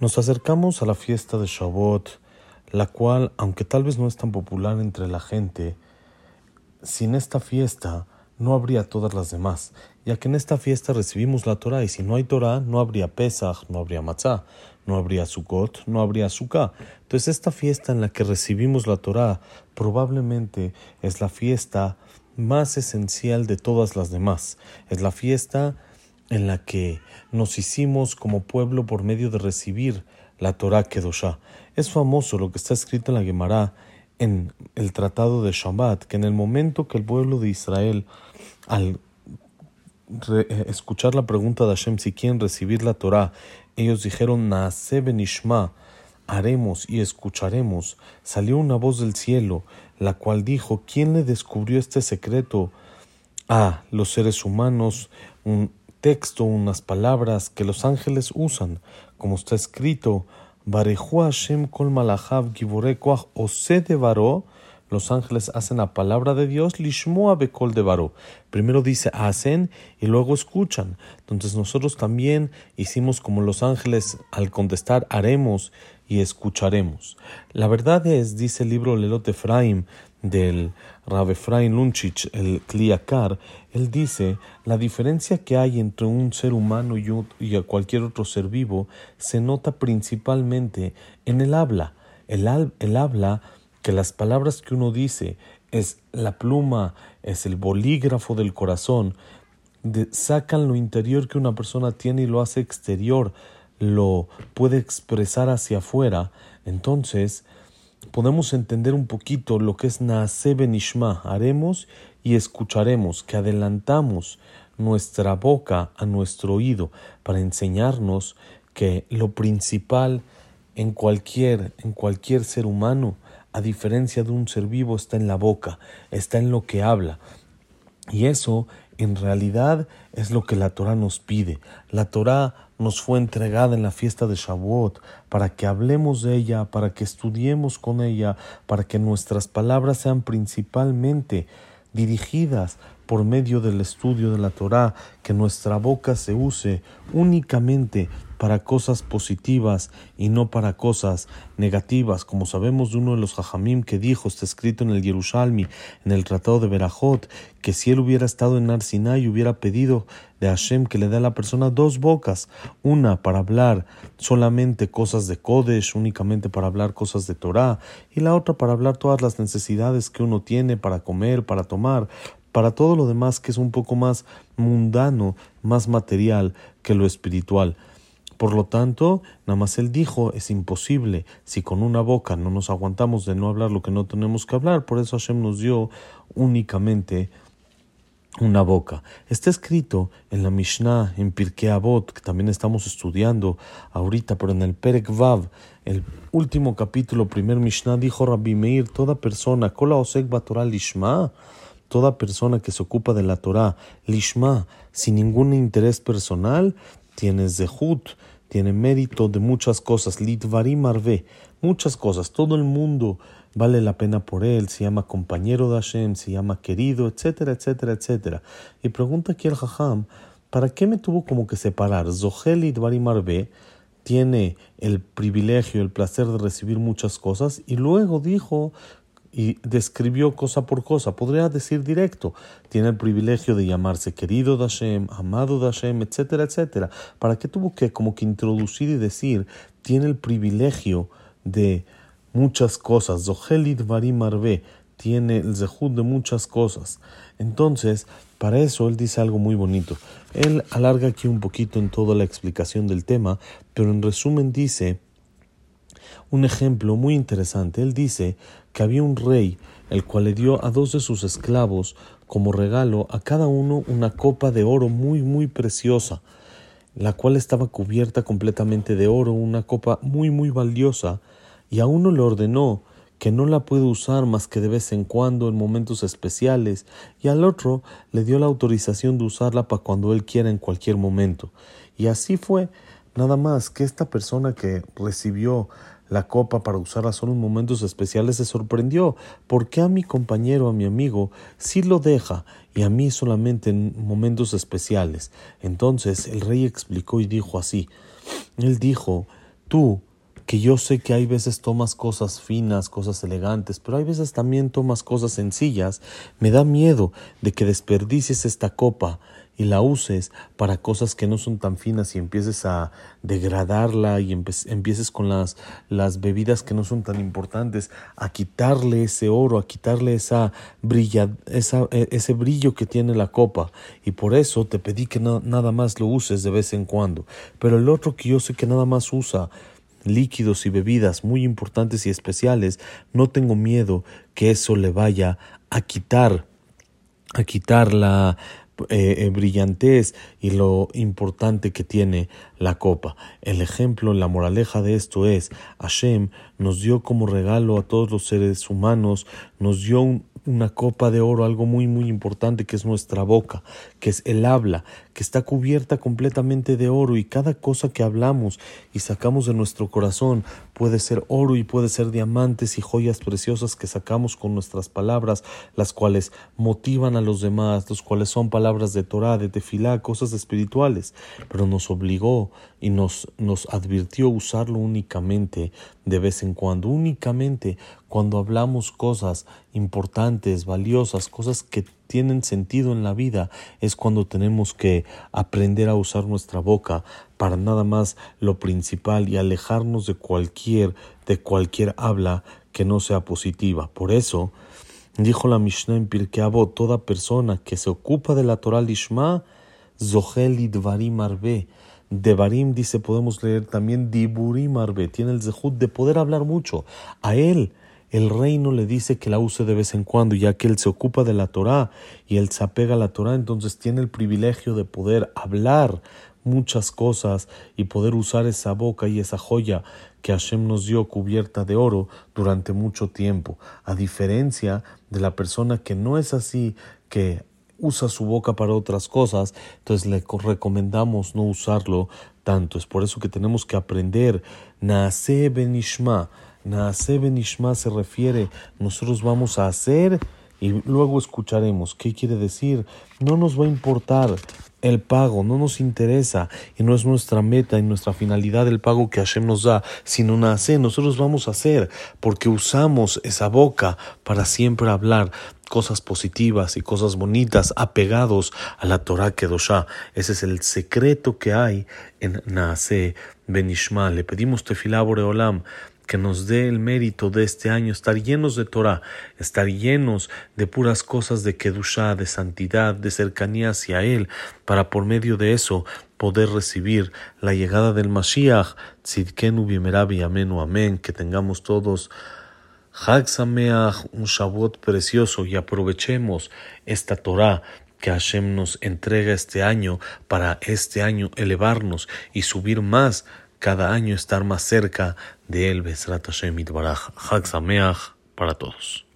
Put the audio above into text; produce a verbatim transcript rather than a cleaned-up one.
Nos acercamos a la fiesta de Shavuot, la cual, aunque tal vez no es tan popular entre la gente, sin esta fiesta no habría todas las demás, ya que en esta fiesta recibimos la Torah, y si no hay Torah, no habría Pesach, no habría Matzah, no habría Sukkot, no habría Sukkah. Entonces esta fiesta en la que recibimos la Torah probablemente es la fiesta más esencial de todas las demás. Es la fiesta en la que nos hicimos como pueblo por medio de recibir la Torah Kedoshá. Es famoso lo que está escrito en la Gemara, en el tratado de Shabbat, que en el momento que el pueblo de Israel, al re, escuchar la pregunta de Hashem si quieren recibir la Torah, ellos dijeron, Naaseh benishma, haremos y escucharemos. Salió una voz del cielo, la cual dijo, ¿quién le descubrió este secreto a los seres humanos? Un texto, unas palabras que los ángeles usan, como está escrito, Barejú Hashem kol malachav givorei koach oseh devaro. Los ángeles hacen la palabra de Dios, lishmoa bekol devaro. Primero dice hacen y luego escuchan. Entonces nosotros también hicimos como los ángeles al contestar haremos y escucharemos. La verdad es, dice el libro Lelot Efraim del Rav Efraim Lunchich, el Kli Yakar, él dice, la diferencia que hay entre un ser humano y, un, y a cualquier otro ser vivo se nota principalmente en el habla. El, el habla, que las palabras que uno dice es la pluma, es el bolígrafo del corazón, de, sacan lo interior que una persona tiene y lo hace exterior, lo puede expresar hacia afuera. Entonces podemos entender un poquito lo que es Naaseh benishma, haremos y escucharemos, que adelantamos nuestra boca a nuestro oído para enseñarnos que lo principal en cualquier, en cualquier ser humano, a diferencia de un ser vivo, está en la boca, está en lo que habla. Y eso en realidad es lo que la Torah nos pide. La Torah nos fue entregada en la fiesta de Shavuot para que hablemos de ella, para que estudiemos con ella, para que nuestras palabras sean principalmente dirigidas por medio del estudio de la Torah, que nuestra boca se use únicamente para cosas positivas y no para cosas negativas, como sabemos de uno de los Jajamim que dijo, está escrito en el Yerushalmi, en el Tratado de Berajot, que si él hubiera estado en Har Sinai, hubiera pedido de Hashem que le dé a la persona dos bocas, una para hablar solamente cosas de Kodesh, únicamente para hablar cosas de Torah, y la otra para hablar todas las necesidades que uno tiene para comer, para tomar, para todo lo demás que es un poco más mundano, más material que lo espiritual. Por lo tanto, nada más él dijo, es imposible, si con una boca no nos aguantamos de no hablar lo que no tenemos que hablar, por eso Hashem nos dio únicamente una boca. Está escrito en la Mishnah, en Pirkei Avot, que también estamos estudiando ahorita, pero en el Perek Vav, el último capítulo, primer Mishnah, dijo Rabbi Meir, toda persona, Kola Osek Batorah Lishma, toda persona que se ocupa de la Torah, Lishma, sin ningún interés personal, tiene zehut, tiene mérito de muchas cosas, Litvarim Arve, muchas cosas, todo el mundo vale la pena por él, se llama compañero de Hashem, se llama querido, etcétera, etcétera, etcétera. Y pregunta aquí el Jajam, ¿para qué me tuvo como que separar? Zohel Litvarim Arve tiene el privilegio, el placer de recibir muchas cosas, y luego dijo y describió cosa por cosa. Podría decir directo, tiene el privilegio de llamarse querido de Hashem, amado de Hashem, etcétera, etcétera. ¿Para qué tuvo que como que introducir y decir, tiene el privilegio de muchas cosas? Zohel Litvarim Arve, tiene el zehut de muchas cosas. Entonces, para eso él dice algo muy bonito. Él alarga aquí un poquito en toda la explicación del tema, pero en resumen dice un ejemplo muy interesante. Él dice que había un rey, el cual le dio a dos de sus esclavos como regalo a cada uno una copa de oro muy, muy preciosa, la cual estaba cubierta completamente de oro, una copa muy, muy valiosa, y a uno le ordenó que no la puede usar más que de vez en cuando en momentos especiales, y al otro le dio la autorización de usarla para cuando él quiera en cualquier momento. Y así fue, nada más que esta persona que recibió la copa para usarla solo en momentos especiales se sorprendió. ¿Por qué a mi compañero, a mi amigo, sí lo deja y a mí solamente en momentos especiales? Entonces el rey explicó y dijo así. Él dijo tú, que yo sé que hay veces tomas cosas finas, cosas elegantes, pero hay veces también tomas cosas sencillas, me da miedo de que desperdicies esta copa y la uses para cosas que no son tan finas y empieces a degradarla y empe- empieces con las, las bebidas que no son tan importantes, a quitarle ese oro, a quitarle esa brilla, esa, e- ese brillo que tiene la copa. Y por eso te pedí que no, nada más lo uses de vez en cuando. Pero el otro que yo sé que nada más usa líquidos y bebidas muy importantes y especiales, no tengo miedo que eso le vaya a quitar, a quitar la eh, eh, brillantez y lo importante que tiene la copa. El ejemplo, la moraleja de esto es, Hashem nos dio como regalo a todos los seres humanos, nos dio un, una copa de oro, algo muy muy importante que es nuestra boca, que es el habla, que está cubierta completamente de oro, y cada cosa que hablamos y sacamos de nuestro corazón puede ser oro y puede ser diamantes y joyas preciosas que sacamos con nuestras palabras, las cuales motivan a los demás, los cuales son palabras de Torah, de Tefilá, cosas espirituales, pero nos obligó y nos, nos advirtió usarlo únicamente de vez en cuando, únicamente cuando hablamos cosas importantes, valiosas, cosas que tienen sentido en la vida, es cuando tenemos que aprender a usar nuestra boca para nada más lo principal y alejarnos de cualquier, de cualquier habla que no sea positiva. Por eso, dijo la Mishnah en Pirkei Avot, toda persona que se ocupa de la Torah Lishma, Zohel Idvarim Arbe. Devarim, dice, podemos leer también Diburim Arbe, tiene el zehut de poder hablar mucho. A él, el reino le dice que la use de vez en cuando, ya que él se ocupa de la Torah y él se apega a la Torah, entonces tiene el privilegio de poder hablar muchas cosas y poder usar esa boca y esa joya que Hashem nos dio cubierta de oro durante mucho tiempo. A diferencia de la persona que no es así, que usa su boca para otras cosas, entonces le recomendamos no usarlo tanto. Es por eso que tenemos que aprender Naaseh Benishma. Naaseh Benishma se refiere, nosotros vamos a hacer y luego escucharemos. ¿Qué quiere decir? No nos va a importar el pago, no nos interesa y no es nuestra meta y nuestra finalidad el pago que Hashem nos da, sino Naaseh, nosotros vamos a hacer porque usamos esa boca para siempre hablar cosas positivas y cosas bonitas, apegados a la Torah Kedoshá. Ese es el secreto que hay en Naaseh Benishma. Le pedimos Tefilá Boreolam que nos dé el mérito de este año, estar llenos de Torah, estar llenos de puras cosas de Kedushá, de santidad, de cercanía hacia Él, para por medio de eso poder recibir la llegada del Mashiach. Tzidkenu bimera biyamenu, amén. Que tengamos todos Chag Sameach, un Shavuot precioso, y aprovechemos esta Torah que Hashem nos entrega este año para este año elevarnos y subir más, cada año estar más cerca de Él. Bezrat Hashem Yitbaraj. Chag Sameach para todos.